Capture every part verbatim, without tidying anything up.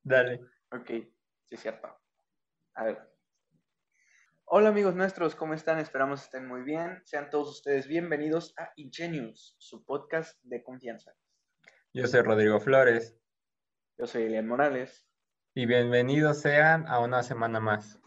Dale. Ok, sí es cierto. A ver. Hola amigos nuestros, ¿cómo están? Esperamos estén muy bien. Sean todos ustedes bienvenidos a Ingenius, su podcast de confianza. Yo soy Rodrigo Flores Yo soy Elian Morales. y bienvenidos sean a una semana más.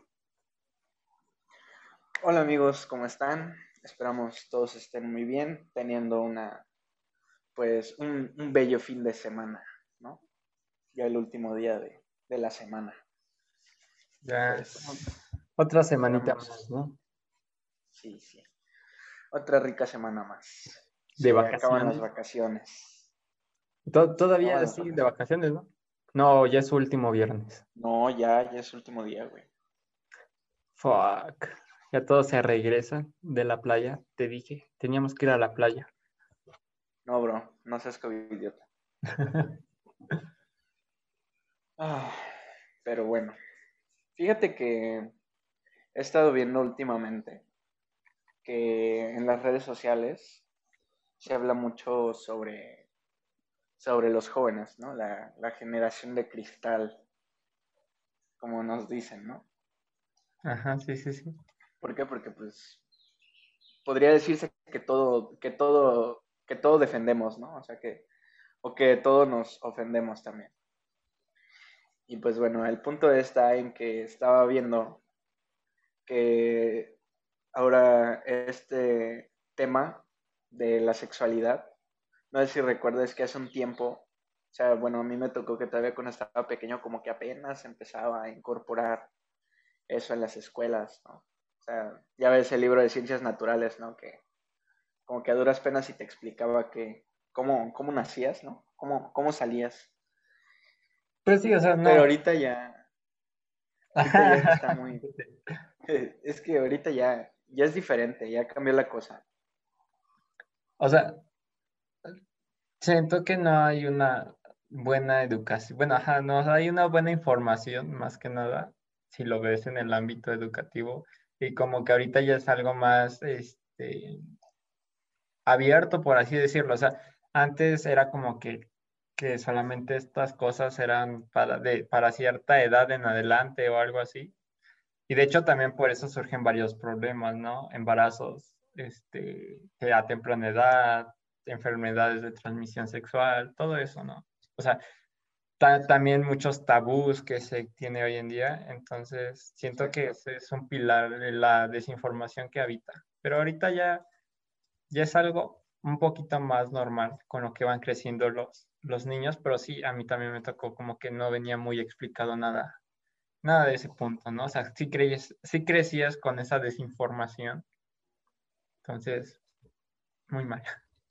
Hola amigos, ¿cómo están? Esperamos todos estén muy bien, teniendo una, pues, un, un bello fin de semana, ¿no? Ya el último día de, de la semana. Ya, Pues, otra semanita más, esperamos, ¿no? sí, sí. Otra rica semana más. De Se acaban las vacaciones. vacaciones. To- Se acaban Todavía las siguen de vacaciones. vacaciones, ¿no? No, ya es su último viernes. No, ya, ya es último día, güey. Fuck. Ya todos se regresan de la playa. Te dije, teníamos que ir a la playa. No, bro, no seas covidiota. Ah, pero bueno, fíjate que he estado viendo últimamente que en las redes sociales se habla mucho sobre, sobre los jóvenes, ¿no? La, la generación de cristal, como nos dicen, ¿no? Ajá, sí, sí, sí. ¿Por qué? Porque pues podría decirse que todo, que todo, que todo defendemos, ¿no? O sea que, o que todo nos ofendemos también. Y pues bueno, el punto está en que estaba viendo que ahora este tema de la sexualidad, no sé si recuerdas que hace un tiempo, o sea, bueno, a mí me tocó que todavía cuando estaba pequeño como que apenas empezaba a incorporar eso en las escuelas, ¿no? O sea, ya ves el libro de ciencias naturales, ¿no? Que como que a duras penas y te explicaba que cómo, cómo nacías, ¿no? Cómo, cómo salías. Pues sí, o sea, Pero no. ahorita ya, ahorita ya está muy, es que ahorita ya, ya es diferente, ya cambió la cosa. O sea, siento que no hay una buena educación. Bueno, ajá, no, o sea, hay una buena información más que nada, si lo ves en el ámbito educativo, y como que ahorita ya es algo más, este, abierto, por así decirlo. O sea, antes era como que, que solamente estas cosas eran para, de, para cierta edad en adelante o algo así. Y de hecho también por eso surgen varios problemas, ¿no? Embarazos, este, que a temprana edad, enfermedades de transmisión sexual, todo eso, ¿no? O sea, ta- también muchos tabús que se tiene hoy en día. Entonces, siento que Exacto. ese es un pilar de la desinformación que habita. Pero ahorita ya, ya es algo un poquito más normal con lo que van creciendo los, los niños, pero sí, a mí también me tocó como que no venía muy explicado nada nada de ese punto, ¿no? O sea, sí, crees, sí crecías con esa desinformación, entonces, muy mal.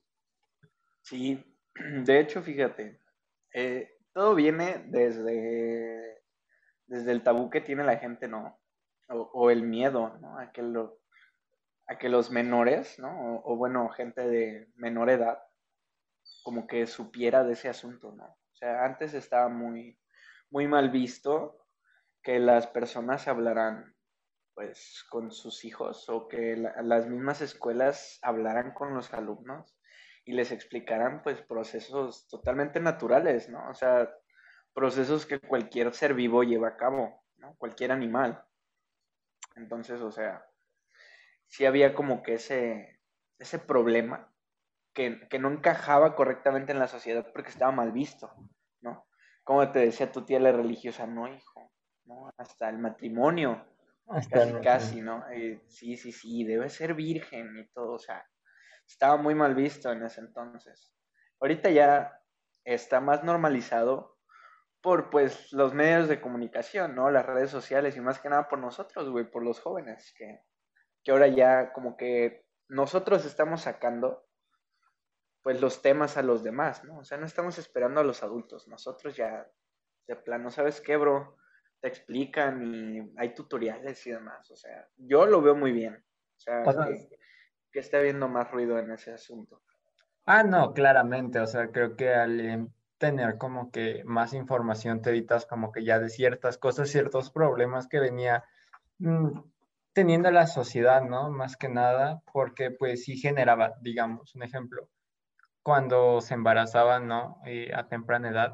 Sí, de hecho, fíjate, eh, todo viene desde, desde el tabú que tiene la gente, ¿no? O, o el miedo, ¿no? A que, lo, a que los menores, ¿no? O, o bueno, gente de menor edad, como que supiera de ese asunto, ¿no? O sea, antes estaba muy, muy mal visto que las personas hablaran, pues, con sus hijos o que la- las mismas escuelas hablaran con los alumnos y les explicaran, pues, procesos totalmente naturales, ¿no? O sea, procesos que cualquier ser vivo lleva a cabo, ¿no? Cualquier animal. Entonces, o sea, sí había como que ese, ese problema que, que no encajaba correctamente en la sociedad porque estaba mal visto, ¿no? Como te decía tu tía la religiosa, no, hijo, ¿no? Hasta el matrimonio, Hasta el casi, matrimonio. casi, ¿no? Eh, sí, sí, sí, debe ser virgen y todo, o sea, estaba muy mal visto en ese entonces. Ahorita ya está más normalizado por, pues, los medios de comunicación, ¿no? Las redes sociales y más que nada por nosotros, güey, por los jóvenes, que, que ahora ya como que nosotros estamos sacando pues los temas a los demás, ¿no? O sea, no estamos esperando a los adultos, nosotros ya de plano, ¿sabes qué, bro? Te explican y hay tutoriales y demás, o sea, yo lo veo muy bien, o O sea, sea, que, que esté habiendo más ruido en ese asunto. ah, no, claramente, o sea, creo que al eh, tener como que más información te evitas como que ya de ciertas cosas, ciertos problemas que venía mm, teniendo la sociedad, ¿no? Más que nada, porque pues sí generaba, digamos, un ejemplo, cuando se embarazaban, ¿no? Eh, a temprana edad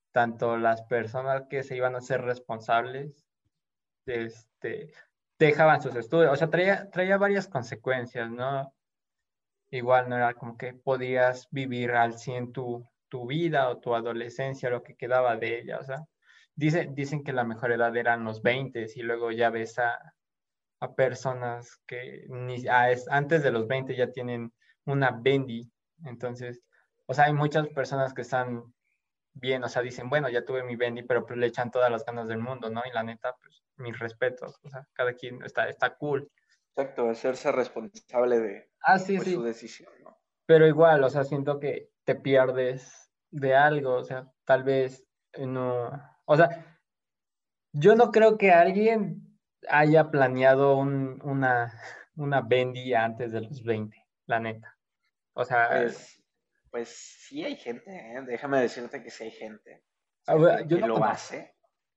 tanto las personas que se iban a ser responsables, este, dejaban sus estudios, o sea, traía, traía varias consecuencias, ¿no? Igual no era como que podías vivir al cien tu, tu vida o tu adolescencia, lo que quedaba de ella, o sea, dice, dicen que la mejor edad eran los veinte y luego ya ves a, a personas que ni, a, es, antes de los veinte ya tienen una bendy, entonces, o sea, hay muchas personas que están bien, o sea, dicen, bueno, ya tuve mi bendy, pero pues le echan todas las ganas del mundo, ¿no? Y la neta, pues mis respetos, o sea, cada quien está, está cool. Exacto, hacerse responsable de Ah, sí, pues su sí, decisión, ¿no? pero igual, o sea, siento que te pierdes de algo, o sea, tal vez eh, no, o sea, yo no creo que alguien haya planeado un, una, una bendy antes de los veinte, la neta. O sea, Pues, pues sí hay gente, ¿eh? Déjame decirte que sí hay gente, o a sea, ver, que, yo que no lo conozco. hace.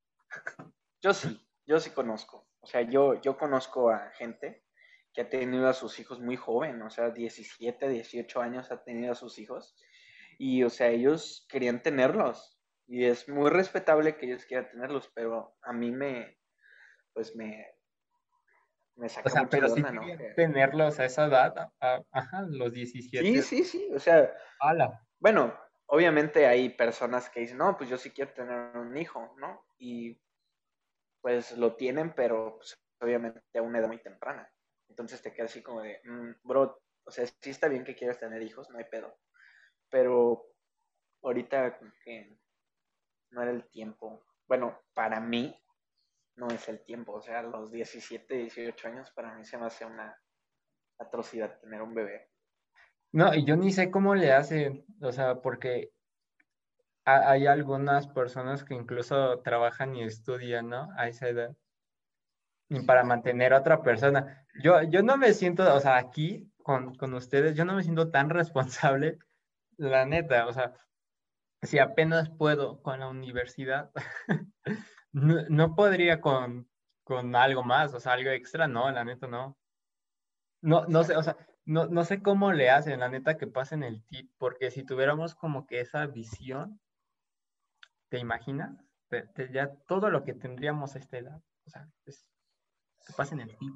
Yo sí, yo sí conozco. O sea, yo, yo conozco a gente que ha tenido a sus hijos muy joven, o sea, diecisiete, dieciocho años ha tenido a sus hijos. Y, o sea, ellos querían tenerlos. Y es muy respetable que ellos quieran tenerlos, pero a mí me, pues me, me O saca sea, mucho pero de sí onda, ¿no? querían Que, tenerlos a esa edad, a- a- ajá, los sí, diecisiete. sí, sí. O sea, Ala. bueno, obviamente hay personas que dicen, no, pues yo sí quiero tener un hijo, ¿no? Y pues lo tienen, pero pues, obviamente a una edad muy temprana. Entonces te queda así como de, mm, bro, o sea, sí está bien que quieras tener hijos, no hay pedo, pero ahorita como que no era el tiempo. Bueno, para mí no es el tiempo, o sea, a los diecisiete, dieciocho años para mí se me hace una atrocidad tener un bebé. No, y yo ni sé cómo le hacen, o sea, porque ha- hay algunas personas que incluso trabajan y estudian, ¿no? A esa edad. Y Sí, para mantener a otra persona. Yo, yo no me siento, o sea, aquí con, con ustedes, yo no me siento tan responsable, la neta, o sea, si apenas puedo con la universidad, no, no podría con, con algo más, o sea, algo extra, no, la neta, no. No, no sé, o sea, exacto. no, no sé cómo le hacen, la neta, que pasen el tip, porque si tuviéramos como que esa visión, ¿te imaginas? Te- te- ya todo lo que tendríamos a esta edad, o sea, es que Sí. pasen el tip.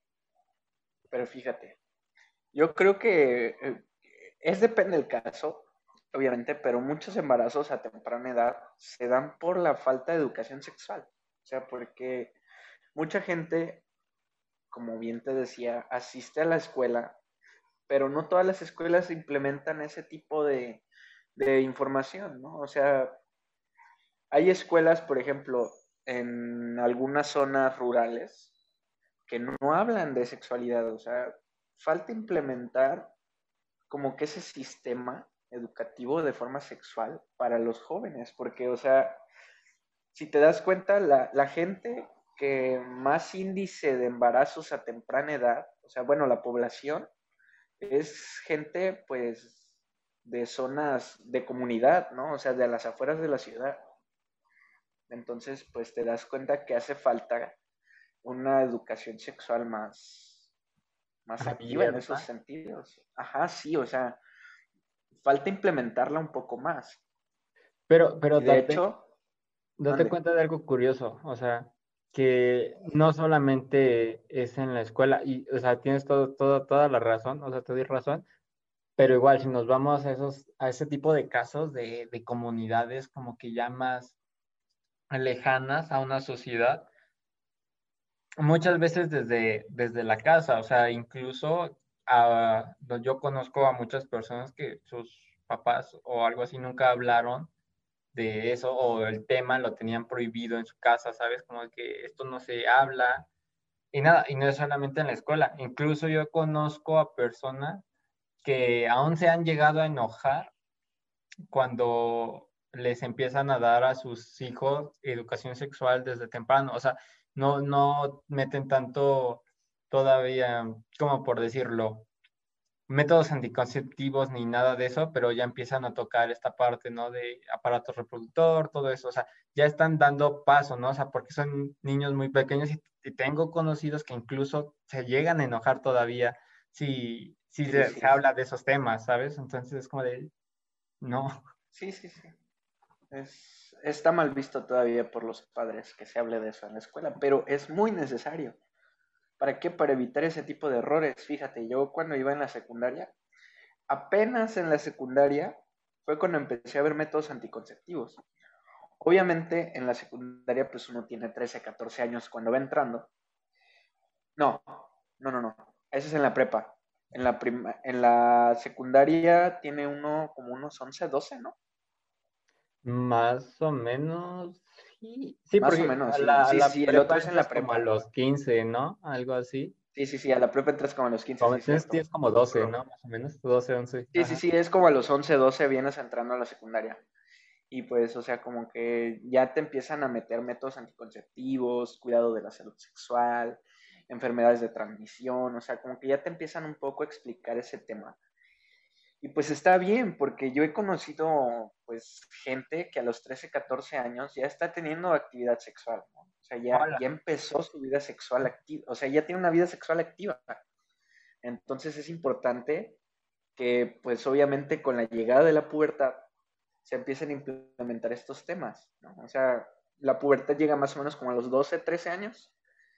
Pero fíjate, yo creo que eh, es depende del caso, obviamente, pero muchos embarazos a temprana edad se dan por la falta de educación sexual. O sea, porque mucha gente, como bien te decía, asiste a la escuela, pero no todas las escuelas implementan ese tipo de, de información, ¿no? O sea, hay escuelas, por ejemplo, en algunas zonas rurales que no hablan de sexualidad, o sea, falta implementar como que ese sistema educativo de forma sexual para los jóvenes, porque, o sea, si te das cuenta, la, la gente que más índice de embarazos a temprana edad, o sea, bueno, la población, es gente, pues, de zonas de comunidad, ¿no? O sea, de las afueras de la ciudad. Entonces, pues te das cuenta que hace falta una educación sexual más, más activa en esos Abierta. sentidos. Ajá, sí, o sea, falta implementarla un poco más. Pero, pero Y de date, hecho, date mande. cuenta de algo curioso, o sea, que no solamente es en la escuela, y, o sea, tienes todo, todo, toda la razón, o sea, te doy razón, pero igual, si nos vamos a esos, a ese tipo de casos de, de comunidades como que ya más lejanas a una sociedad, muchas veces desde, desde la casa, o sea, incluso ah, no- yo conozco a muchas personas que sus papás o algo así nunca hablaron de eso o el tema lo tenían prohibido en su casa, ¿sabes? Como que esto no se habla y nada, y no es solamente en la escuela, incluso yo conozco a personas que aún se han llegado a enojar cuando les empiezan a dar a sus hijos educación sexual desde temprano. O sea, no, no meten tanto todavía, como por decirlo, métodos anticonceptivos ni nada de eso, pero ya empiezan a tocar esta parte, ¿no? De aparato reproductor, todo eso. O sea, ya están dando paso, ¿no? O sea, porque son niños muy pequeños y, y tengo conocidos que incluso se llegan a enojar todavía si, si Sí, se, se sí, habla de esos temas, ¿sabes? Entonces es como de, no. sí, sí, sí. Es, está mal visto todavía por los padres que se hable de eso en la escuela, pero es muy necesario. ¿Para qué? Para evitar ese tipo de errores. Fíjate, yo cuando iba en la secundaria, apenas en la secundaria fue cuando empecé a ver métodos anticonceptivos. Obviamente en la secundaria pues uno tiene trece, catorce años cuando va entrando. No, no, no, no. Eso es en la prepa. En la, prima, en la secundaria tiene uno como unos once, doce, ¿no? Más o menos, sí. Sí, Más o porque menos, a sí. la, a Sí, la sí, el otro prepa es en la entras como a prepa. los quince, ¿no? Algo así. Sí, sí, sí, a la prepa entras como a los quince, Como sí, tienes, cierto. tienes como doce, ¿no? Más o menos, doce, once. Sí, sí, Ajá. sí, es como a los once, doce vienes entrando a la secundaria. Y pues, o sea, como que ya te empiezan a meter métodos anticonceptivos, cuidado de la salud sexual, enfermedades de transmisión, o sea, como que ya te empiezan un poco a explicar ese tema. Y pues está bien, porque yo he conocido pues gente que a los trece, catorce años ya está teniendo actividad sexual, ¿no? O sea, ya, Hola. ya empezó su vida sexual activa, o sea, ya tiene una vida sexual activa. Entonces es importante que pues obviamente con la llegada de la pubertad se empiecen a implementar estos temas, ¿no? O sea, la pubertad llega más o menos como a los doce, trece años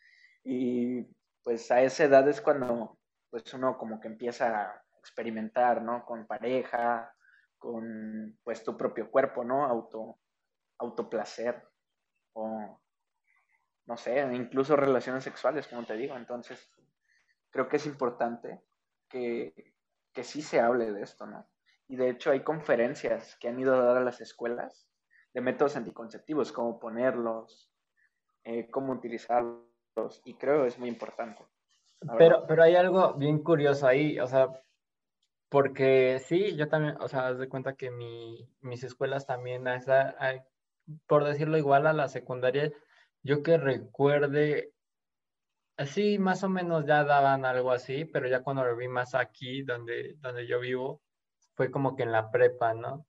y pues a esa edad es cuando pues uno como que empieza a experimentar, ¿no? Con pareja, con pues tu propio cuerpo, ¿no? Auto, autoplacer o no sé, incluso relaciones sexuales, como te digo. Entonces, creo que es importante que, que sí se hable de esto, ¿no? Y de hecho hay conferencias que han ido a dar a las escuelas de métodos anticonceptivos, cómo ponerlos, eh, cómo utilizarlos, y creo que es muy importante, la verdad. Pero, pero hay algo bien curioso ahí, o sea, porque sí, yo también, o sea, haz de cuenta que mi, mis escuelas también, esa- hay- por decirlo igual a la secundaria, yo que recuerde, sí, más o menos ya daban algo así, pero ya cuando lo vi más aquí, donde, donde yo vivo, fue como que en la prepa, ¿no?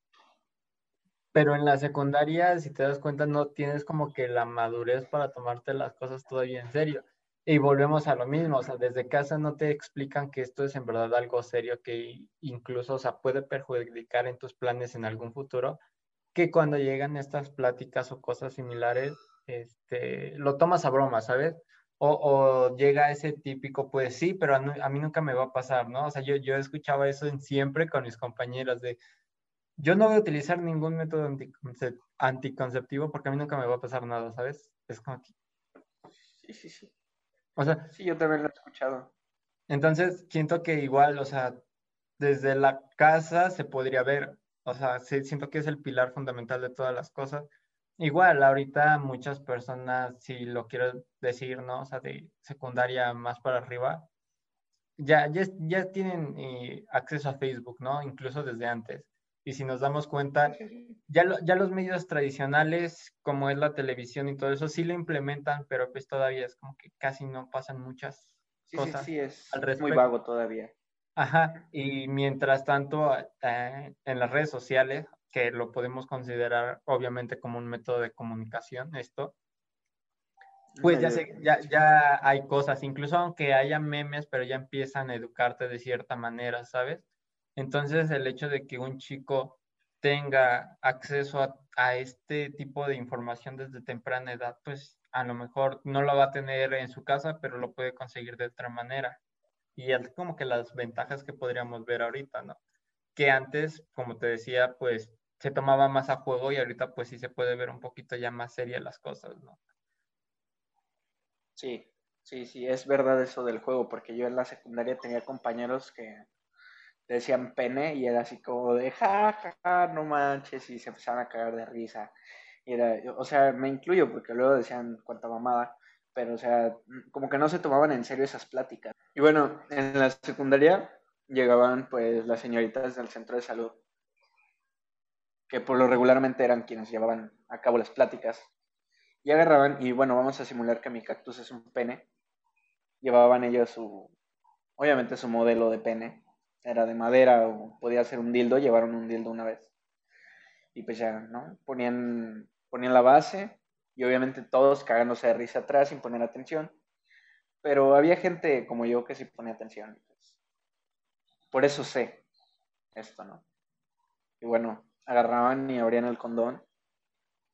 Pero en la secundaria, si te das cuenta, no tienes como que la madurez para tomarte las cosas todavía en serio. Y volvemos a lo mismo, o sea, desde casa no te explican que esto es en verdad algo serio que incluso, o sea, puede perjudicar en tus planes en algún futuro, que cuando llegan estas pláticas o cosas similares, este, lo tomas a broma, ¿sabes? O, o llega ese típico, pues sí, pero a, nu- a mí nunca me va a pasar, ¿no? O sea, yo, yo escuchaba eso en siempre con mis compañeros de yo no voy a utilizar ningún método anticoncep- anticonceptivo porque a mí nunca me va a pasar nada, ¿sabes? Es como que, Sí, sí, sí. o sea, Sí, yo también lo he escuchado. entonces siento que igual, o sea, desde la casa se podría ver, o sea, sí, siento que es el pilar fundamental de todas las cosas. Igual, ahorita muchas personas, si lo quiero decir, ¿no? O sea, de secundaria más para arriba, ya, ya, ya tienen eh, acceso a Facebook, ¿no? Incluso desde antes. Y si nos damos Sí, cuenta, sí, sí. ya, lo- ya los medios tradicionales, como es la televisión y todo eso, sí lo implementan, pero pues todavía es como que casi no pasan muchas Sí, sí, cosas sí, es, al es muy respecto. vago todavía. Ajá, y mientras tanto, eh, en las redes sociales, que lo podemos considerar obviamente como un método de comunicación, esto, Un pues ya medio de sé, ya, comunicación. ya hay cosas, incluso aunque haya memes, pero ya empiezan a educarte de cierta manera, ¿sabes? Entonces, el hecho de que un chico tenga acceso a, a este tipo de información desde temprana edad, pues a lo mejor no lo va a tener en su casa, pero lo puede conseguir de otra manera. Y es como que las ventajas que podríamos ver ahorita, ¿no? Que antes, como te decía, pues se tomaba más a juego y ahorita pues sí se puede ver un poquito ya más seria las cosas, ¿no? Sí, sí, sí, es verdad eso del juego, porque yo en la secundaria tenía compañeros que te decían pene y era así como de ja, ja, ja, no manches, y se empezaban a cagar de risa. Y era, o sea, me incluyo porque luego decían cuánta mamada, pero o sea, como que no se tomaban en serio esas pláticas. Y bueno, en la secundaria llegaban pues las señoritas del centro de salud, que por lo regularmente eran quienes llevaban a cabo las pláticas, y agarraban, y bueno, vamos a simular que mi cactus es un pene, llevaban ellos su, obviamente su modelo de pene, era de madera o podía ser un dildo, llevaron un dildo una vez. Y pues ya, ¿no? Ponían, ponían la base y obviamente todos cagándose de risa atrás sin poner atención. Pero había gente como yo que sí ponía atención. Pues, por eso sé esto, ¿no? Y bueno, agarraban y abrían el condón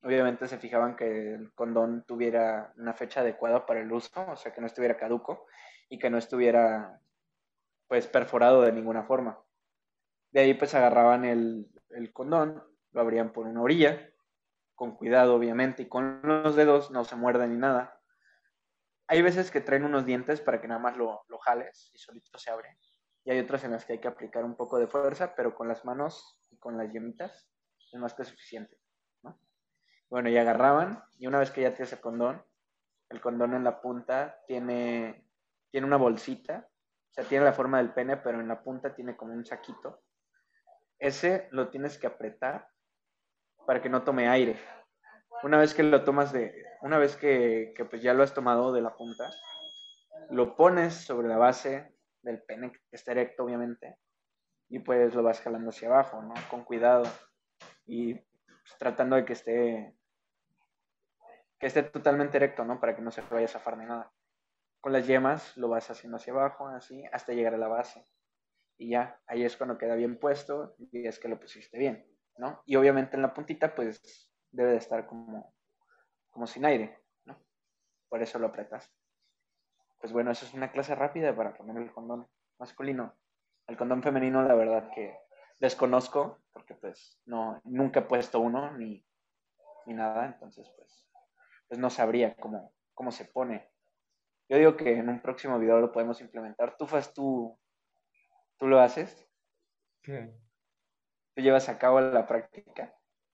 Obviamente se fijaban que el condón tuviera una fecha adecuada para el uso, o sea, que no estuviera caduco y que no estuviera pues perforado de ninguna forma. De ahí pues agarraban el, el condón, lo abrían por una orilla, con cuidado obviamente, y con los dedos no se muerden ni nada. Hay veces que traen unos dientes para que nada más lo, lo jales y solito se abre. Y hay otras en las que hay que aplicar un poco de fuerza, pero con las manos y con las yemitas es más que suficiente, ¿no? Bueno, y agarraban, y una vez que ya tienes el condón, el condón en la punta tiene, tiene una bolsita, o sea, tiene la forma del pene, pero en la punta tiene como un saquito. Ese lo tienes que apretar para que no tome aire. Una vez que lo tomas de, una vez que, que pues ya lo has tomado de la punta, lo pones sobre la base del pene, que está erecto obviamente, y pues lo vas jalando hacia abajo, ¿no? Con cuidado y pues, tratando de que esté, que esté totalmente erecto, ¿no? Para que no se vaya a zafar ni nada. Con las yemas lo vas haciendo hacia abajo, así, hasta llegar a la base. Y ya, ahí es cuando queda bien puesto y es que lo pusiste bien, ¿no? Y obviamente en la puntita, pues debe de estar como, como sin aire, ¿no? Por eso lo apretas. Pues bueno, eso es una clase rápida para poner el condón masculino. El condón femenino, la verdad que desconozco, porque pues no, nunca he puesto uno ni, ni nada, entonces pues, pues no sabría cómo, cómo se pone. Yo digo que en un próximo video lo podemos implementar. ¿Tú, Fas, tú, tú lo haces? ¿Qué? ¿Tú llevas a cabo la práctica?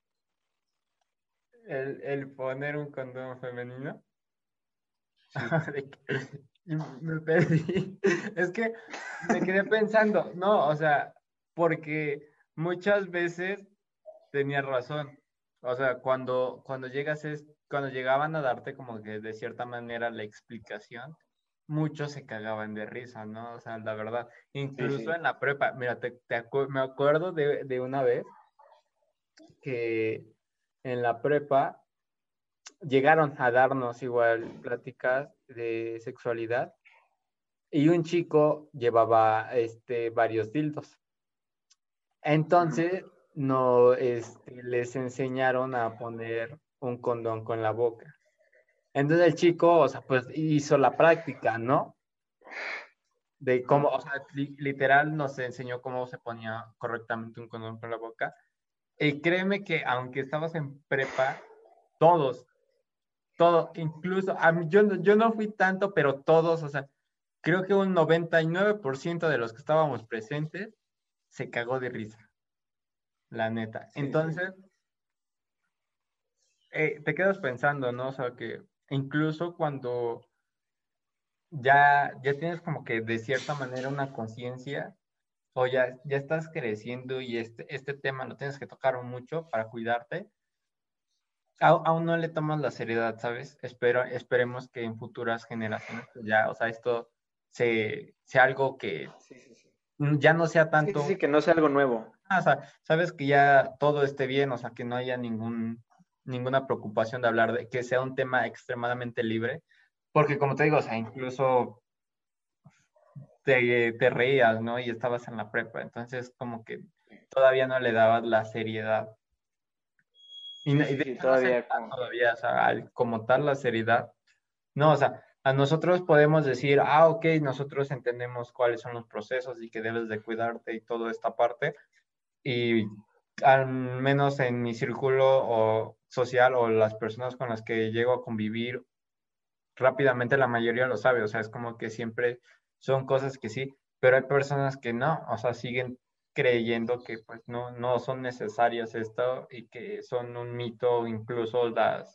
El, el poner un condón femenino. Sí. De que- y me perdí. Es que me quedé pensando, no, o sea, porque muchas veces tenías razón. O sea, cuando, cuando llegas es, cuando llegaban a darte como que de cierta manera la explicación, muchos se cagaban de risa, ¿no? O sea, la verdad, Sí, incluso sí. en la prepa, mira, te, te acu- me acuerdo de, de una vez que en la prepa llegaron a darnos igual pláticas de sexualidad y un chico llevaba este, varios dildos. Ujú. Entonces, no, este, les enseñaron a poner un condón con la boca. Entonces el chico, o sea, pues hizo la práctica, ¿no? De cómo, Ajá. o sea, li- literal nos enseñó cómo se ponía correctamente un condón con la boca. Y créeme que aunque estabas en prepa, todos, todo, incluso, a mí, yo, no- yo no fui tanto, pero todos, o sea, creo que un noventa y nueve por ciento de los que estábamos presentes se cagó de risa, la neta. Sí, sí. Entonces, eh, te quedas pensando, ¿no? O sea, que incluso cuando ya, ya tienes como que de cierta manera una conciencia o ya, ya estás creciendo y este, este tema lo tienes que tocar mucho para cuidarte, au- aún no le tomas la seriedad, ¿sabes? Espero, esperemos que en futuras generaciones pues ya, o sea, esto se, sea algo que Sí, sí, sí. mm, ya no sea Sí, sí, sí, tanto, que no sea algo nuevo. ah, o sea, sabes que ya todo esté bien, o sea, que no haya ningún, ninguna preocupación de hablar de que sea un tema extremadamente libre, porque como te digo, o sea, incluso te, te reías, ¿no? Y estabas en la prepa, entonces como que todavía no le dabas la seriedad. Y, Sí, no- y sí, de sí, hecho no se le todavía da como que... todavía, o sea, al- como tal la seriedad. No, o sea, a nosotros podemos decir, ah, ok, nosotros entendemos cuáles son los procesos y que debes de cuidarte y toda esta parte, y al menos en mi círculo o social o las personas con las que llego a convivir, rápidamente la mayoría lo sabe, o sea, es como que siempre son cosas que sí, pero hay personas que no, o sea, siguen creyendo que pues no, no son necesarias esto y que son un mito, incluso las,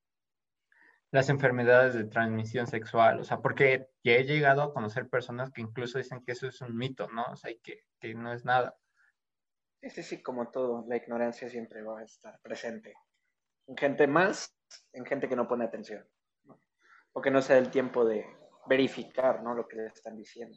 las enfermedades de transmisión sexual, o sea, porque ya he llegado a conocer personas que incluso dicen que eso es un mito, ¿no? O sea, y que, que no es nada. Sí, sí, sí, como todo, la ignorancia siempre va a estar presente. En gente más, en gente que no pone atención, ¿no? O que no se da el tiempo de verificar, ¿no? Lo que le están diciendo.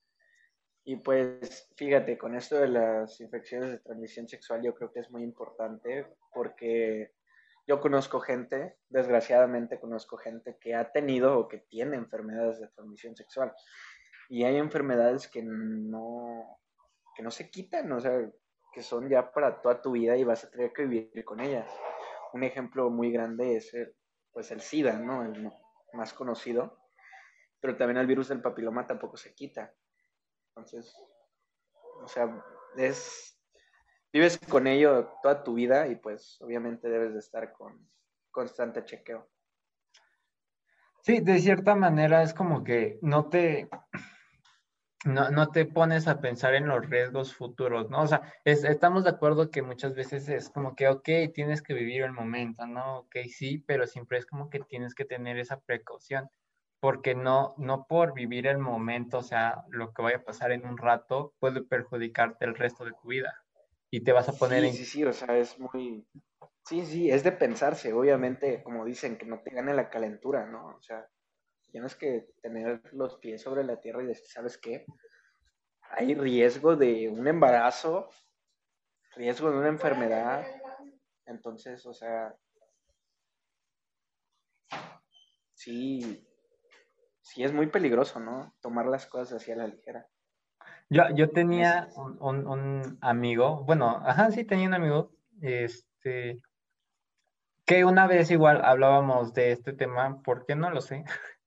Y pues fíjate, con esto de las infecciones de transmisión sexual yo creo que es muy importante porque yo conozco gente, desgraciadamente conozco gente que ha tenido o que tiene enfermedades de transmisión sexual. Y hay enfermedades que no, que no se quitan, o sea, que son ya para toda tu vida y vas a tener que vivir con ellas. un ejemplo muy grande es el, pues el SIDA, ¿no? El más conocido, pero también el virus del papiloma tampoco se quita. Entonces, o sea, es, vives con ello toda tu vida y pues obviamente debes de estar con constante chequeo. Sí, de cierta manera es como que no te, no, no te pones a pensar en los riesgos futuros, ¿no? O sea, es- estamos de acuerdo que muchas veces es como que, ok, tienes que vivir el momento, ¿no? Ok, sí, pero siempre es como que tienes que tener esa precaución, porque no, no por vivir el momento, o sea, lo que vaya a pasar en un rato puede perjudicarte el resto de tu vida y te vas a poner Sí, en... sí, sí, o sea, es muy... Sí, sí, es de pensarse, obviamente, como dicen, que no te gane la calentura, ¿no? O sea, tienes que tener los pies sobre la tierra y decir, ¿sabes qué? Hay riesgo de un embarazo, riesgo de una enfermedad, entonces, o sea, sí, sí es muy peligroso, ¿no? Tomar las cosas así a la ligera. Yo, yo En ese... tenía un, un, un amigo, bueno, ajá, sí, tenía un amigo, este, que una vez igual hablábamos de este tema, ¿por qué no lo sé?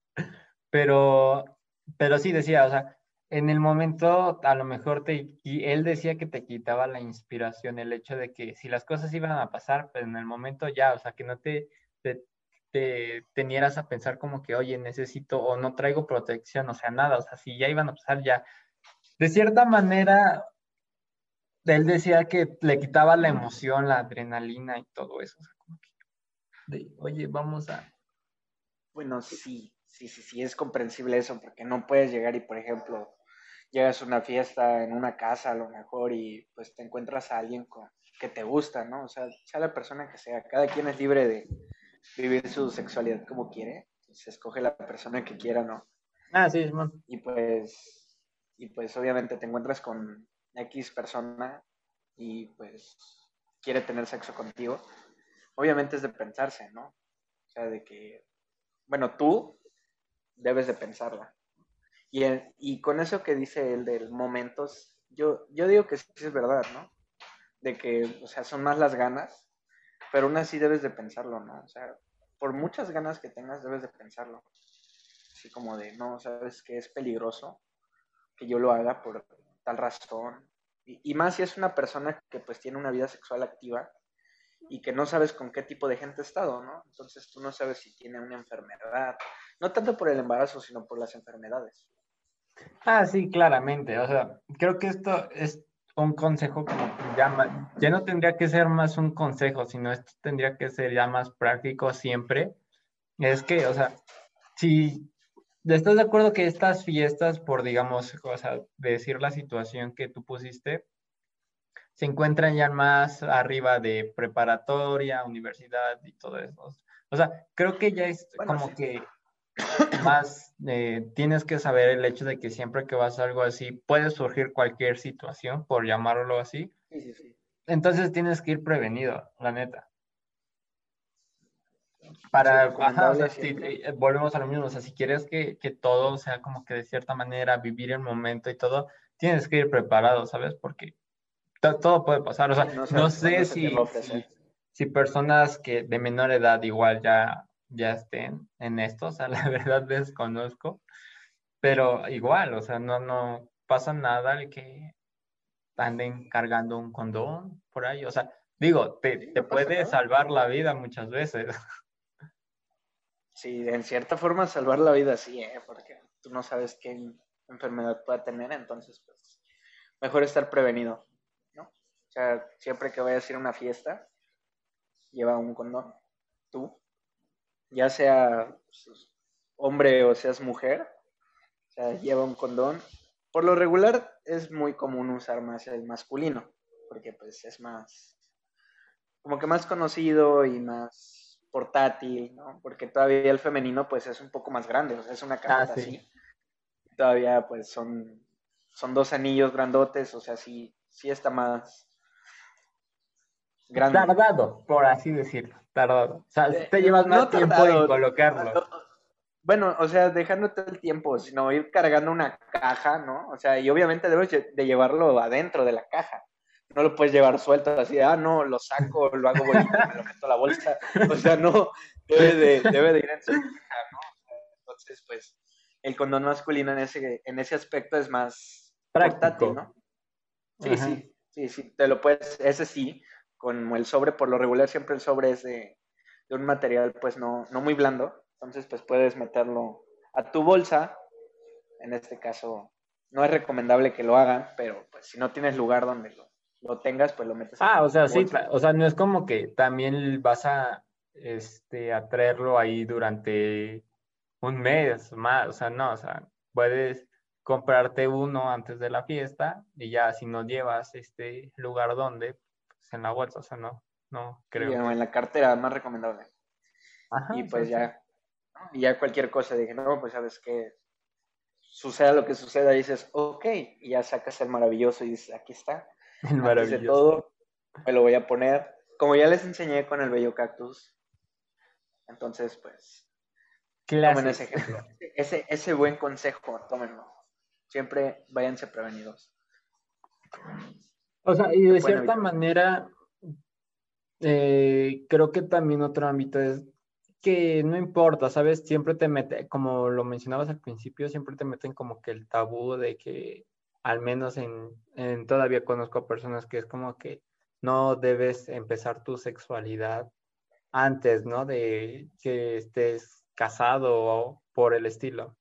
Pero, pero sí decía, o sea, en el momento a lo mejor te, y él decía que te quitaba la inspiración, el hecho de que si las cosas iban a pasar, pero en el momento ya, o sea, que no te, te, te tenieras a pensar como que, oye, necesito o no traigo protección, o sea, nada, o sea, si ya iban a pasar ya. De cierta manera, él decía que le quitaba la emoción, la adrenalina y todo eso, o sea, como que, de, oye, vamos a... Bueno, sí, sí, sí, sí, es comprensible eso, porque no puedes llegar y, por ejemplo, llegas a una fiesta en una casa a lo mejor y pues te encuentras a alguien con, que te gusta, ¿no? O sea, sea la persona que sea, cada quien es libre de vivir su sexualidad como quiere, se escoge la persona que quiera, ¿no? Ah, sí, Simón. Y pues, y pues obviamente te encuentras con X persona y pues quiere tener sexo contigo, obviamente es de pensarse, ¿no? O sea, de que, bueno, tú debes de pensarla. Y, el, y con eso que dice el del momentos, yo, yo digo que sí es verdad, ¿no? De que, o sea, son más las ganas, pero aún así debes de pensarlo, ¿no? O sea, por muchas ganas que tengas, debes de pensarlo. Así como de, no, sabes que es peligroso que yo lo haga por tal razón. Y, y más si es una persona que pues tiene una vida sexual activa y que no sabes con qué tipo de gente ha estado, ¿no? Entonces tú no sabes si tiene una enfermedad, no tanto por el embarazo, sino por las enfermedades. Ah, sí, claramente. O sea, creo que esto es un consejo como que ya, ma- ya no tendría que ser más un consejo, sino esto tendría que ser ya más práctico siempre. Es que, o sea, si estás de acuerdo que estas fiestas, por digamos, o sea, decir la situación que tú pusiste, se encuentran ya más arriba de preparatoria, universidad y todo eso. O sea, creo que ya es Bueno, como sí. que más eh, tienes que saber el hecho de que siempre que vas a algo así puede surgir cualquier situación, por llamarlo así. Sí, sí, sí. Entonces tienes que ir prevenido, la neta. Sí, Para, ajá, o recomendable sea, si, siempre. eh, volvemos a lo mismo, o sea, si quieres que, que todo sea como que de cierta manera vivir el momento y todo, tienes que ir preparado, ¿sabes? Porque to- todo puede pasar. O Sí, sea, no no sabes cuándo sé se te va a si, ofrecer. si, si personas que de menor edad igual ya, ya estén en esto, o sea, la verdad desconozco. Pero igual, o sea, no, no pasa nada el que anden cargando un condón por ahí. O sea, digo, te, Sí, te no pasa puede nada. salvar la vida muchas veces. Sí, en cierta forma salvar la vida sí, ¿eh? Porque tú no sabes qué enfermedad pueda tener, entonces pues mejor estar prevenido, ¿no? O sea, siempre que vayas a ir a una fiesta, lleva un condón, tú, ya sea pues, hombre o seas mujer, o sea, lleva un condón. Por lo regular es muy común usar más el masculino, porque pues es más, como que más conocido y más portátil, ¿no? Porque todavía el femenino pues es un poco más grande, o sea, es una Ah, cajota sí. así. Todavía pues son, son dos anillos grandotes, o sea, sí, sí está más grande. Tardado, por así decirlo, tardado. O sea, Eh, te llevas no más tiempo en tardado. colocarlo. Bueno, o sea, dejándote el tiempo, sino ir cargando una caja, ¿no? O sea, y obviamente debes de llevarlo adentro de la caja. no lo puedes llevar suelto así, de, ah, no, lo saco, lo hago bolita y me lo meto a la bolsa. O sea, no, debe de, debe de ir en su caja, ¿no? Entonces, pues, el condón masculino en ese, en ese aspecto es más portátil, Práctico. ¿no? Sí, Ajá. sí, sí, sí, te lo puedes, ese sí, como el sobre, por lo regular siempre el sobre es de, de un material pues no, no muy blando, entonces pues puedes meterlo a tu bolsa, en este caso no es recomendable que lo hagan, pero pues si no tienes lugar donde lo, lo tengas, pues lo metes a Ah, o tu sea, sí, bolsa. ta- o sea, no es como que también vas a, este, a traerlo ahí durante un mes más, o sea, no, o sea, puedes comprarte uno antes de la fiesta y ya si no llevas este lugar donde, pues en la bolsa, o sea, no, no Sí, creo o en que. la cartera, más recomendable. Ajá, Y o sea, pues sí, ya, ¿no? Y ya cualquier cosa, dije, no, pues sabes que suceda lo que suceda, dices, ok, y ya sacas el maravilloso y dices, aquí está. es Antes de maravilloso. todo, me lo voy a poner. Como ya les enseñé con el bello cactus, entonces, pues, tomen ese Clases. ejemplo. Ese, ese buen consejo, tómenlo. Siempre váyanse prevenidos. O sea, y ¿Qué de pueden cierta evitar? manera, eh, creo que también otro ámbito es que no importa, ¿sabes? Siempre te mete, como lo mencionabas al principio, siempre te meten como que el tabú de que, al menos en, en todavía conozco a personas que es como que no debes empezar tu sexualidad antes, ¿no? De que estés casado o por el estilo.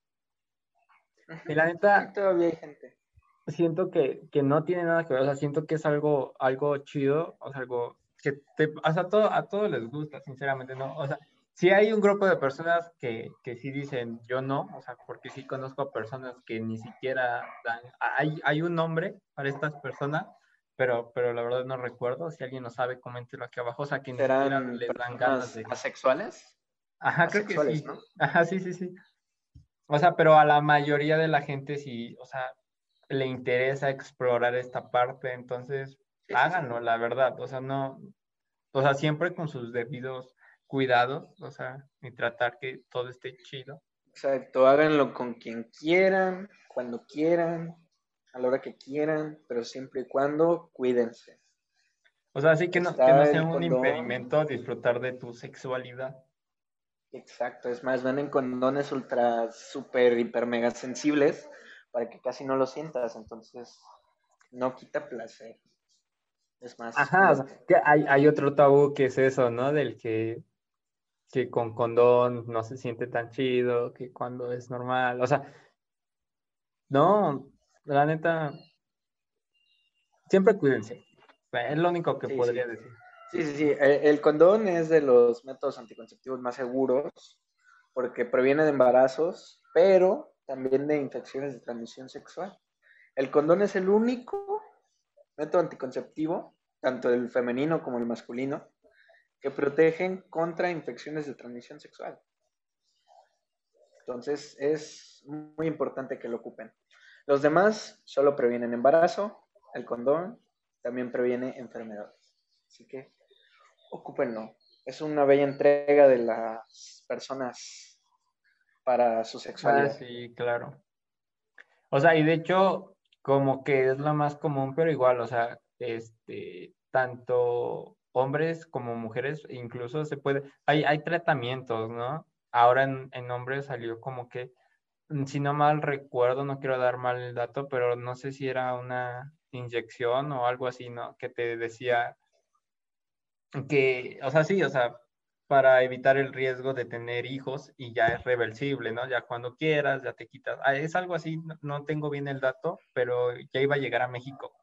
Y Ujú. la Sí, neta, todavía hay gente. siento que, que no tiene nada que ver, o sea, siento que es algo, algo chido, o sea, algo que te, o sea, a, todo, a todos les gusta, sinceramente, ¿no? O sea, sí hay un grupo de personas que, que sí dicen yo no, o sea, porque sí conozco a personas que ni siquiera dan, hay, hay un nombre para estas personas, pero, pero la verdad no recuerdo, si alguien lo sabe, coméntelo aquí abajo, o sea, que ni siquiera ¿Serán les dan ganas personas de, asexuales? ajá, creo que Asexuales, sí, ¿no? ajá, sí, sí, sí, o sea, pero a la mayoría de la gente sí, o sea, le interesa explorar esta parte, entonces Sí, sí, sí. háganlo, la verdad, o sea, no, o sea, siempre con sus debidos cuidados, o sea, y tratar que todo esté chido. Exacto, háganlo con quien quieran, cuando quieran, a la hora que quieran, pero siempre y cuando cuídense. O sea, sí que no, que no Está sea el un condón, impedimento disfrutar de tu sexualidad. exacto, es más, venden condones ultra, super, hiper, mega sensibles para que casi no lo sientas, entonces no quita placer, es más, Ajá, o sea, cuídate. que hay, hay otro tabú que es eso, ¿no? Del que, que con condón no se siente tan chido, que cuando es normal, o sea, no, la neta, siempre cuídense. Es lo único que Sí, sí, podría decir. sí, sí, sí, el, el condón es de los métodos anticonceptivos más seguros porque previene de embarazos, pero también de infecciones de transmisión sexual. El condón es el único método anticonceptivo, tanto el femenino como el masculino, que protegen contra infecciones de transmisión sexual. Entonces es muy importante que lo ocupen. Los demás solo previenen embarazo, el condón también previene enfermedades. Así que ocúpenlo. Es una bella entrega de las personas para su Ah, sexualidad. sí, claro. O sea, y de hecho, como que es lo más común, pero igual, o sea, este, tanto hombres como mujeres, incluso se puede, hay, hay tratamientos, ¿no? Ahora en, en hombres salió como que, mm, si no mal recuerdo, no quiero dar mal el dato, pero no sé si era una inyección o algo así, ¿no? Que te decía que, o sea, sí, o sea, para evitar el riesgo de tener hijos y ya es reversible, ¿no? Ya cuando quieras, ya te quitas. Ah, es algo así, no, no tengo bien el dato, pero ya iba a llegar a México.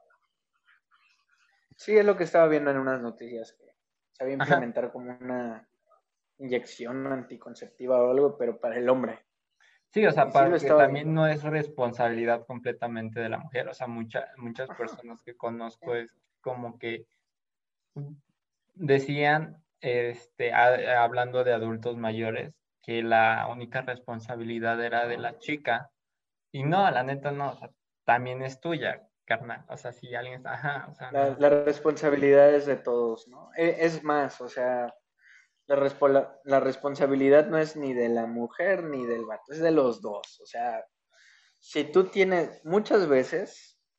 Sí, es lo que estaba viendo en unas noticias, que se había Ajá. implementar como una inyección anticonceptiva o algo, pero para el hombre. Sí, o sea, Y sí lo porque estaba también viendo. no es responsabilidad completamente de la mujer, o sea, mucha, muchas Ajá. personas que conozco es como que decían, este, a- hablando de adultos mayores, que la única responsabilidad era de la chica. Y no, la neta no, o sea, también es tuya, carnal. O sea, si alguien está, ajá, o sea, La, no. la responsabilidad es de todos, ¿no? E- Es más, o sea, la, respo- la, la responsabilidad no es ni de la mujer ni del vato, es de los dos. O sea, si tú tienes, muchas veces,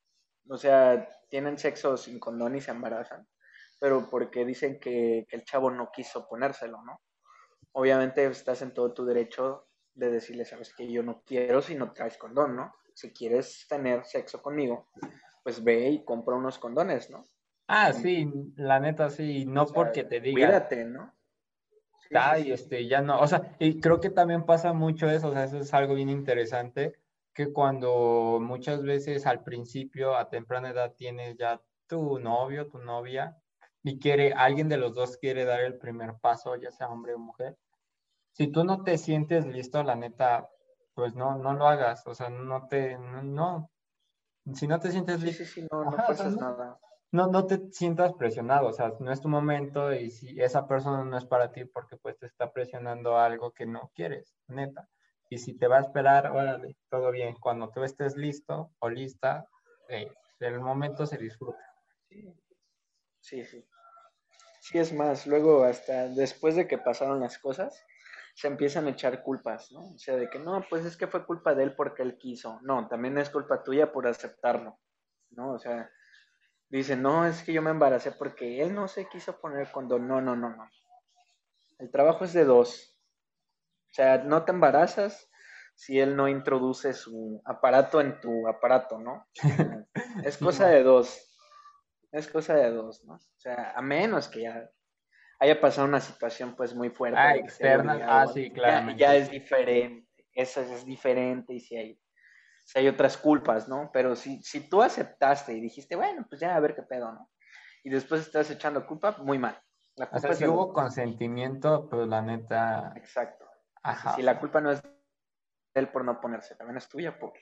O sea, tienen sexo sin condón y se embarazan, pero porque dicen que, que el chavo no quiso ponérselo, ¿no? Obviamente estás en todo tu derecho de decirle, sabes que yo no quiero si no traes condón, ¿no? Si quieres tener sexo conmigo, pues ve y compra unos condones, ¿no? Ah, Y, sí, la neta sí, o no sea, porque te digan, cuídate, ¿no? Sí, sí, ay, sí. este, ya no, o sea, y creo que también pasa mucho eso, o sea, eso es algo bien interesante, que cuando muchas veces al principio, a temprana edad, tienes ya tu novio, tu novia, y quiere, alguien de los dos quiere dar el primer paso, ya sea hombre o mujer, si tú no te sientes listo, la neta, pues no, no lo hagas, o sea, no te, no, no. Si no te sientes Sí, listo, sí, sí, no, no ajá, o sea, fuerzas no, nada. no, no te sientas presionado, o sea, no es tu momento y si esa persona no es para ti porque pues te está presionando algo que no quieres, neta. Y si te va a esperar, órale, todo bien. Cuando tú estés listo o lista, eh, el momento se disfruta. Sí, sí, sí. Sí, es más, luego hasta después de que pasaron las cosas, se empiezan a echar culpas, ¿no? O sea, de que no, pues es que fue culpa de él porque él quiso. No, también es culpa tuya por aceptarlo, ¿no? O sea, dicen, no, es que yo me embaracé porque él no se quiso poner condón. No, no, no, no. El trabajo es de dos. O sea, no te embarazas si él no introduce su aparato en tu aparato, ¿no? O sea, es Sí, cosa de dos. Es cosa de dos, ¿no? O sea, a menos que ya haya pasado una situación pues muy fuerte ah, de que se haya externas, obligado ah, o algo, sí, ya, ya claramente, es sí. diferente, eso es diferente y si hay, si hay otras culpas, ¿no? Pero si, si tú aceptaste y dijiste, bueno, pues ya a ver qué pedo, ¿no? Y después estás echando culpa, muy mal. La O sea, culpa es si de los hubo dos. consentimiento, pues la neta, Exacto. Y ajá, o si la sea, culpa no es de él por no ponerse, también es tuya por,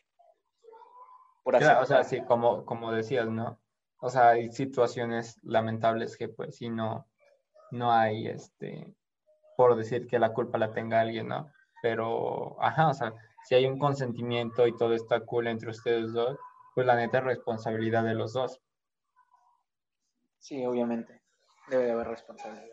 por claro, o sea, aceptar. sí, como, como decías, ¿no? O sea, hay situaciones lamentables que pues sí no, no hay, este, por decir que la culpa la tenga alguien, ¿no? Pero, ajá, o sea, si hay un consentimiento y todo está cool entre ustedes dos, pues la neta es responsabilidad de los dos. Sí, obviamente. Debe de haber responsabilidad.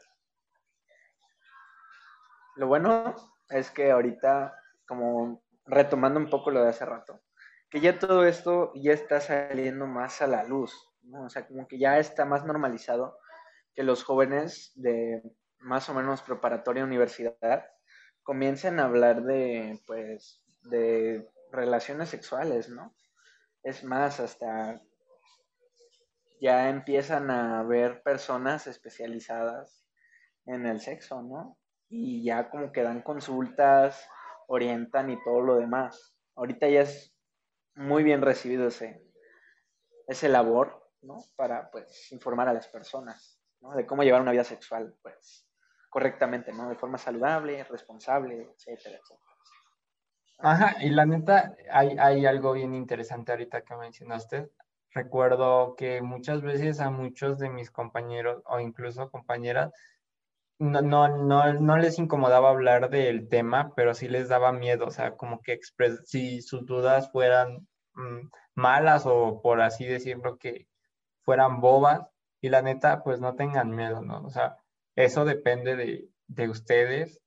Lo bueno es que ahorita, como retomando un poco lo de hace rato, que ya todo esto ya está saliendo más a la luz, ¿no? O sea, como que ya está más normalizado que los jóvenes de más o menos preparatoria universidad comiencen a hablar de, pues, de relaciones sexuales, ¿no? Es más, hasta ya empiezan a ver personas especializadas en el sexo, ¿no? Y ya como que dan consultas, orientan y todo lo demás. Ahorita ya es muy bien recibido ese, ese labor, ¿no? Para, pues, informar a las personas, ¿no? De cómo llevar una vida sexual, pues, correctamente, ¿no? De forma saludable, responsable, etcétera, etcétera. Ajá, y la neta, hay, hay algo bien interesante ahorita que mencionaste. Recuerdo que muchas veces a muchos de mis compañeros o incluso compañeras no, no, no, no les incomodaba hablar del tema, pero sí les daba miedo, o sea, como que expres si sus dudas fueran mm, malas o por así decirlo, que fueran bobas, y la neta, pues no tengan miedo, ¿no? O sea, eso depende de, de ustedes.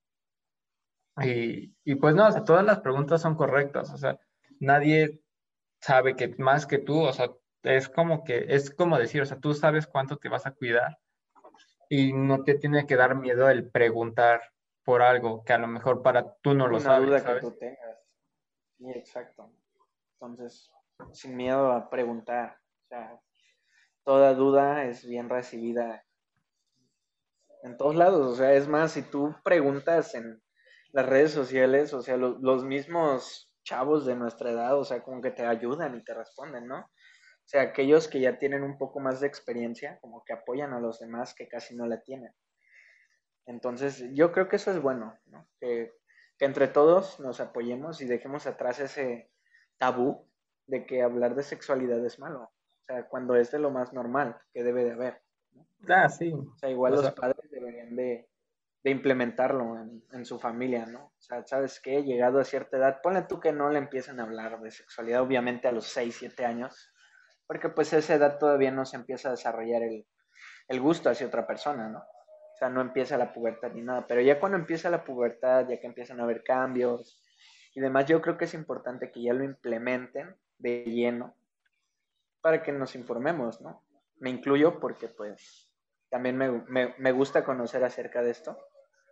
Y, y pues no, o sea, todas las preguntas son correctas, o sea, nadie sabe que más que tú, o sea, es como que, es como decir, o sea, tú sabes cuánto te vas a cuidar y no te tiene que dar miedo el preguntar por algo que a lo mejor para tú no lo Una sabes, duda que ¿sabes? tú tengas. Sí, exacto. Entonces, sin miedo a preguntar. O sea, toda duda es bien recibida en todos lados. O sea, es más, si tú preguntas en las redes sociales, o sea, lo- los mismos chavos de nuestra edad, o sea, como que te ayudan y te responden, ¿no? O sea, aquellos que ya tienen un poco más de experiencia, como que apoyan a los demás que casi no la tienen. Entonces, yo creo que eso es bueno, ¿no? Que, que entre todos nos apoyemos y dejemos atrás ese tabú de que hablar de sexualidad es malo. O sea, cuando es de lo más normal que debe de haber, ¿no? Ah, sí. O sea, igual O los sea, padres deberían de, de implementarlo en, en, su familia, ¿no? O sea, ¿sabes qué? Llegado a cierta edad, ponle tú que no le empiecen a hablar de sexualidad, obviamente a los seis siete años, porque pues a esa edad todavía no se empieza a desarrollar el, el gusto hacia otra persona, ¿no? O sea, no empieza la pubertad ni nada, pero ya cuando empieza la pubertad, ya que empiezan a haber cambios y demás, yo creo que es importante que ya lo implementen de lleno para que nos informemos, ¿no? Me incluyo porque pues también me, me, me gusta conocer acerca de esto.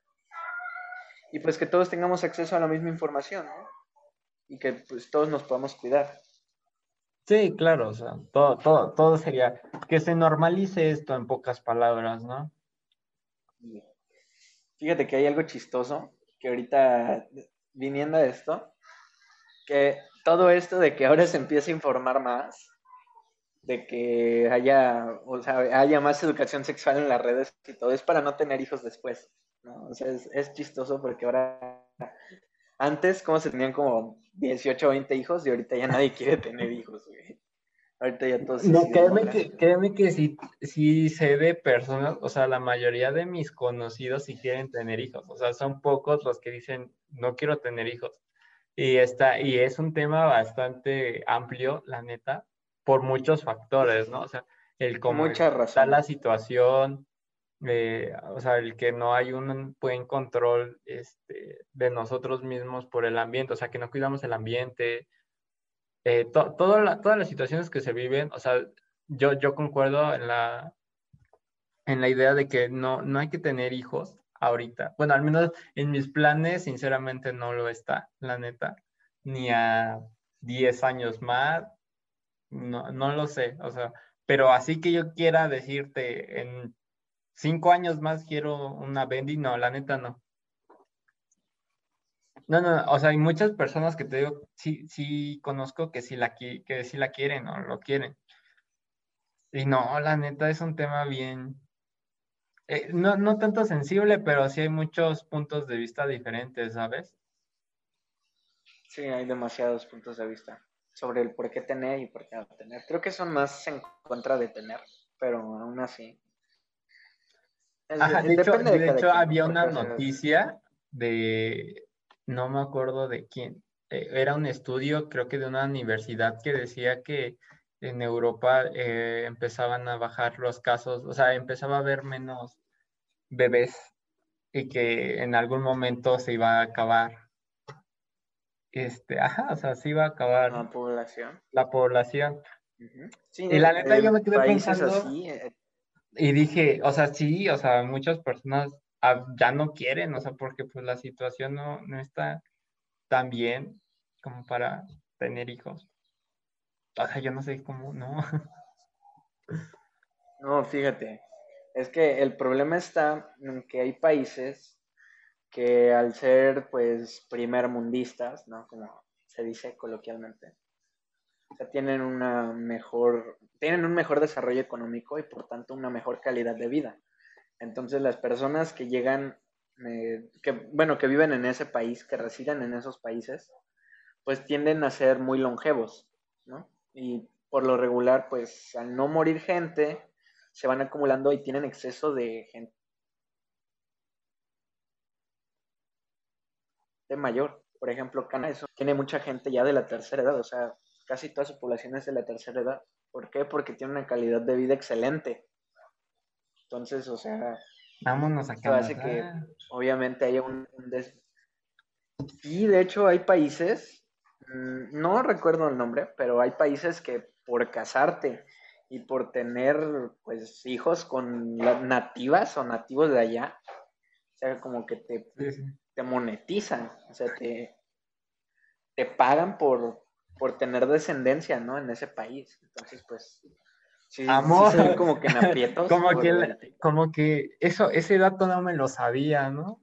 Y pues que todos tengamos acceso a la misma información, ¿no? Y que pues todos nos podamos cuidar. Sí, claro, o sea, todo, todo, todo sería que se normalice esto en pocas palabras, ¿no? Y fíjate que hay algo chistoso, que ahorita viniendo de esto, que todo esto de que ahora se empiece a informar más, de que haya, o sea, haya más educación sexual en las redes y todo, es para no tener hijos después, ¿no? O sea, es, es chistoso porque ahora, antes, como se tenían como dieciocho o veinte hijos y ahorita ya nadie quiere tener hijos, güey. Ahorita ya todos No, así de créeme morras. que, créeme que sí, sí sé de personas, o sea, la mayoría de mis conocidos sí quieren tener hijos, o sea, son pocos los que dicen no quiero tener hijos. Y está, y es un tema bastante amplio, la neta, por muchos factores, ¿no? O sea, el cómo Mucha está razón. la situación, eh, o sea, el que no hay un buen control este, de nosotros mismos por el ambiente, o sea, que no cuidamos el ambiente, eh, to- todo la- todas las situaciones que se viven, o sea, yo, yo concuerdo en la, en la idea de que no, no hay que tener hijos ahorita. Bueno, al menos en mis planes, sinceramente, no lo está, la neta. Ni a diez años más, no, no lo sé. O sea, pero así que yo quiera decirte, en cinco años más quiero una Bendy, no, la neta no. No, no, o sea, hay muchas personas que te digo, sí, sí conozco que sí la, qui- que sí la quieren o lo quieren. Y no, la neta es un tema bien, eh, no, no tanto sensible, pero sí hay muchos puntos de vista diferentes, ¿sabes? Sí, hay demasiados puntos de vista sobre el por qué tener y por qué no tener. Creo que son más en contra de tener, pero aún así. Es, Ajá, de es- hecho, depende de de cada hecho quien, ¿no? había una Porque, o sea, noticia de, no me acuerdo de quién, eh, era un estudio, creo que de una universidad que decía que en Europa eh, empezaban a bajar los casos, o sea, empezaba a haber menos bebés y que en algún momento se iba a acabar, este, ajá, o sea, se iba a acabar la población. la población. Ujú. Sí, Y la neta yo en me quedé países pensando así, eh, y dije, o sea, sí, o sea, muchas personas ah, ya no quieren, o sea, porque pues la situación no, no está tan bien como para tener hijos. O sea, yo no sé cómo, no. no, fíjate, es que el problema está en que hay países que al ser, pues, primermundistas, ¿no? Como se dice coloquialmente, o sea, tienen una mejor, tienen un mejor desarrollo económico y por tanto una mejor calidad de vida. Entonces las personas que llegan, eh, que, bueno, que viven en ese país, que residen en esos países, pues tienden a ser muy longevos, ¿no? Y por lo regular, pues al no morir gente, se van acumulando y tienen exceso de gente mayor. Por ejemplo, Canadá eso, tiene mucha gente ya de la tercera edad, o sea, casi toda su población es de la tercera edad. ¿Por qué? Porque tiene una calidad de vida excelente. Entonces, o sea, Vámonos a esto hace Canadá. que obviamente haya un, un des... Sí, de hecho hay países, mmm, no recuerdo el nombre, pero hay países que por casarte y por tener pues hijos con nativas o nativos de allá, o sea, como que te, Sí, sí. te monetizan, o sea, te, te pagan por, por tener descendencia, ¿no? En ese país. Entonces, pues, sí, sí Amor, se ven como que en aprietos como por que, la- el... como que eso, ese dato no me lo sabía, ¿no?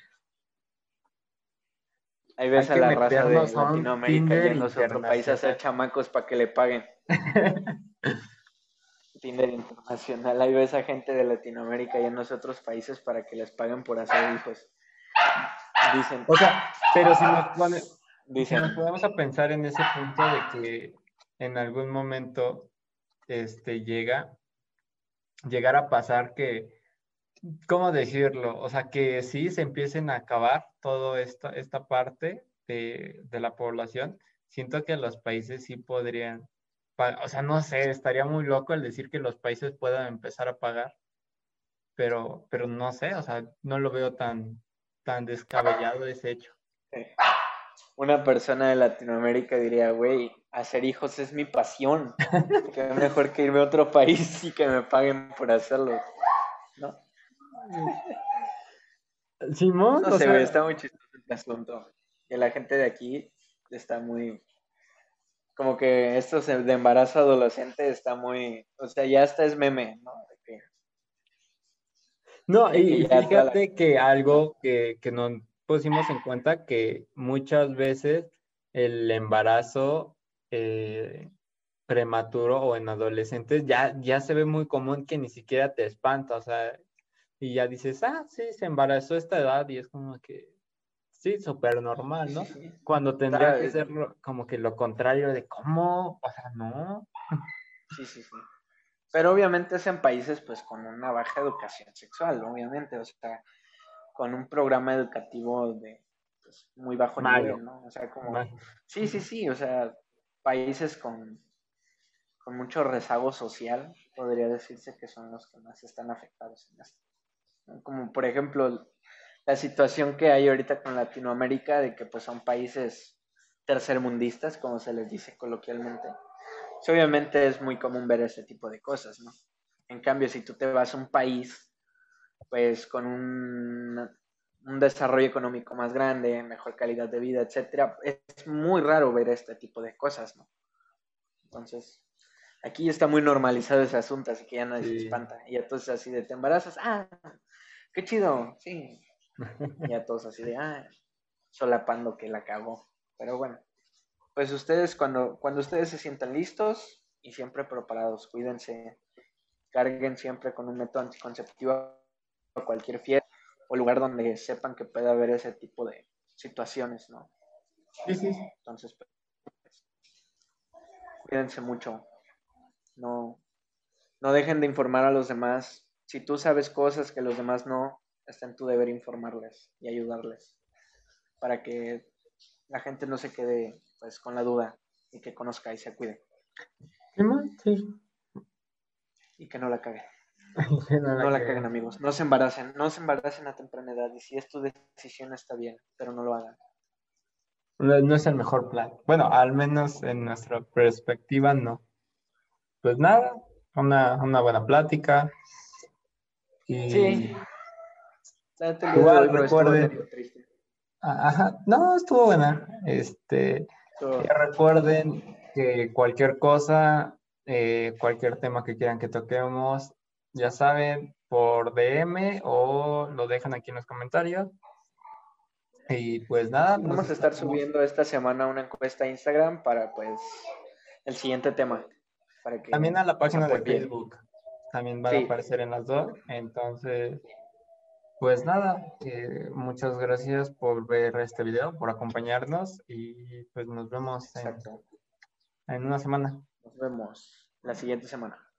Ahí Hay ves a que la raza de meternos a un Latinoamérica Tinder yéndose a otro país a hacer internacional. chamacos para que le paguen. Tinder internacional. Ahí ves a gente de Latinoamérica yéndose a otros países para que les paguen por hacer hijos. Dicen, O sea, pero si nos pone, si dicen, nos ponemos a pensar en ese punto de que en algún momento este, llega, llegar a pasar que, ¿cómo decirlo? O sea, que sí se empiecen a acabar toda esta, esta parte de, de la población. Siento que los países sí podrían, pa- o sea, no sé, estaría muy loco el decir que los países puedan empezar a pagar, pero, pero no sé, o sea, no lo veo tan, tan descabellado ese hecho. eh, una persona de Latinoamérica diría, güey, hacer hijos es mi pasión. Que es mejor que irme a otro país y que me paguen por hacerlo, ¿no? Simón, No o sé, güey, sea, está muy chistoso este asunto. Que la gente de aquí está muy, como que esto se- de embarazo adolescente está muy, o sea, ya hasta es meme, ¿no? De que, no, de que y ya toda la... fíjate que algo que, que no pusimos en cuenta que muchas veces el embarazo eh, prematuro o en adolescentes ya, ya se ve muy común que ni siquiera te espanta, o sea, y ya dices, ah, sí, se embarazó a esta edad y es como que, sí, súper normal, Sí, sí, ¿no? sí. Cuando tendría Está- que ser lo- como que lo contrario de cómo, o sea, no. sí, sí, sí. Pero obviamente es en países pues con una baja educación sexual, obviamente, o sea, con un programa educativo de pues, muy bajo Malo. nivel, ¿no? O sea, como, Malo. sí, sí, sí, o sea, países con, con mucho rezago social, podría decirse que son los que más están afectados en esto, ¿no? Como por ejemplo la situación que hay ahorita con Latinoamérica, de que pues son países tercermundistas, como se les dice coloquialmente. Pues, obviamente es muy común ver ese tipo de cosas, ¿no? En cambio, si tú te vas a un país, pues con un, un desarrollo económico más grande, mejor calidad de vida, etcétera, es muy raro ver este tipo de cosas, ¿no? Entonces, aquí está muy normalizado ese asunto, así que ya nadie se Sí. espanta. Y entonces así de, ¿te embarazas? Ah, qué chido, sí. Y a todos así de, ah, solapando que la cagó. Pero bueno, pues ustedes cuando, cuando ustedes se sientan listos y siempre preparados, cuídense, carguen siempre con un método anticonceptivo a cualquier fiesta o lugar donde sepan que puede haber ese tipo de situaciones, ¿no? Sí, sí, sí. Entonces, pues, cuídense mucho, no, no dejen de informar a los demás. Si tú sabes cosas que los demás no, está en tu deber informarles y ayudarles para que la gente no se quede pues con la duda y que conozca y se cuide Simón, sí. y que no la cague. Que no No la la caguen, caguen. amigos. No se embaracen. No se embaracen a temprana edad. Y si es tu decisión, está bien, pero no lo hagan. No, no es el mejor plan. Bueno, al menos en nuestra perspectiva, no. Pues nada, una, una buena plática. Sí, Y la neta el día de igual hoy no estuvo recuerden, tanto triste. ajá, no, estuvo buena. Este, Estuvo- ya recuerden que cualquier cosa, eh, cualquier tema que quieran que toquemos, ya saben, por D M o lo dejan aquí en los comentarios. Y pues nada, Sí, nos vamos a estar estamos. subiendo esta semana una encuesta a Instagram para, pues, el siguiente tema, para También que a la nos página de apoyen. Facebook. También van a Sí, aparecer en las dos. Entonces, pues nada, eh, muchas gracias por ver este video, por acompañarnos y pues nos vemos en, exacto. en una semana. Nos vemos la siguiente semana.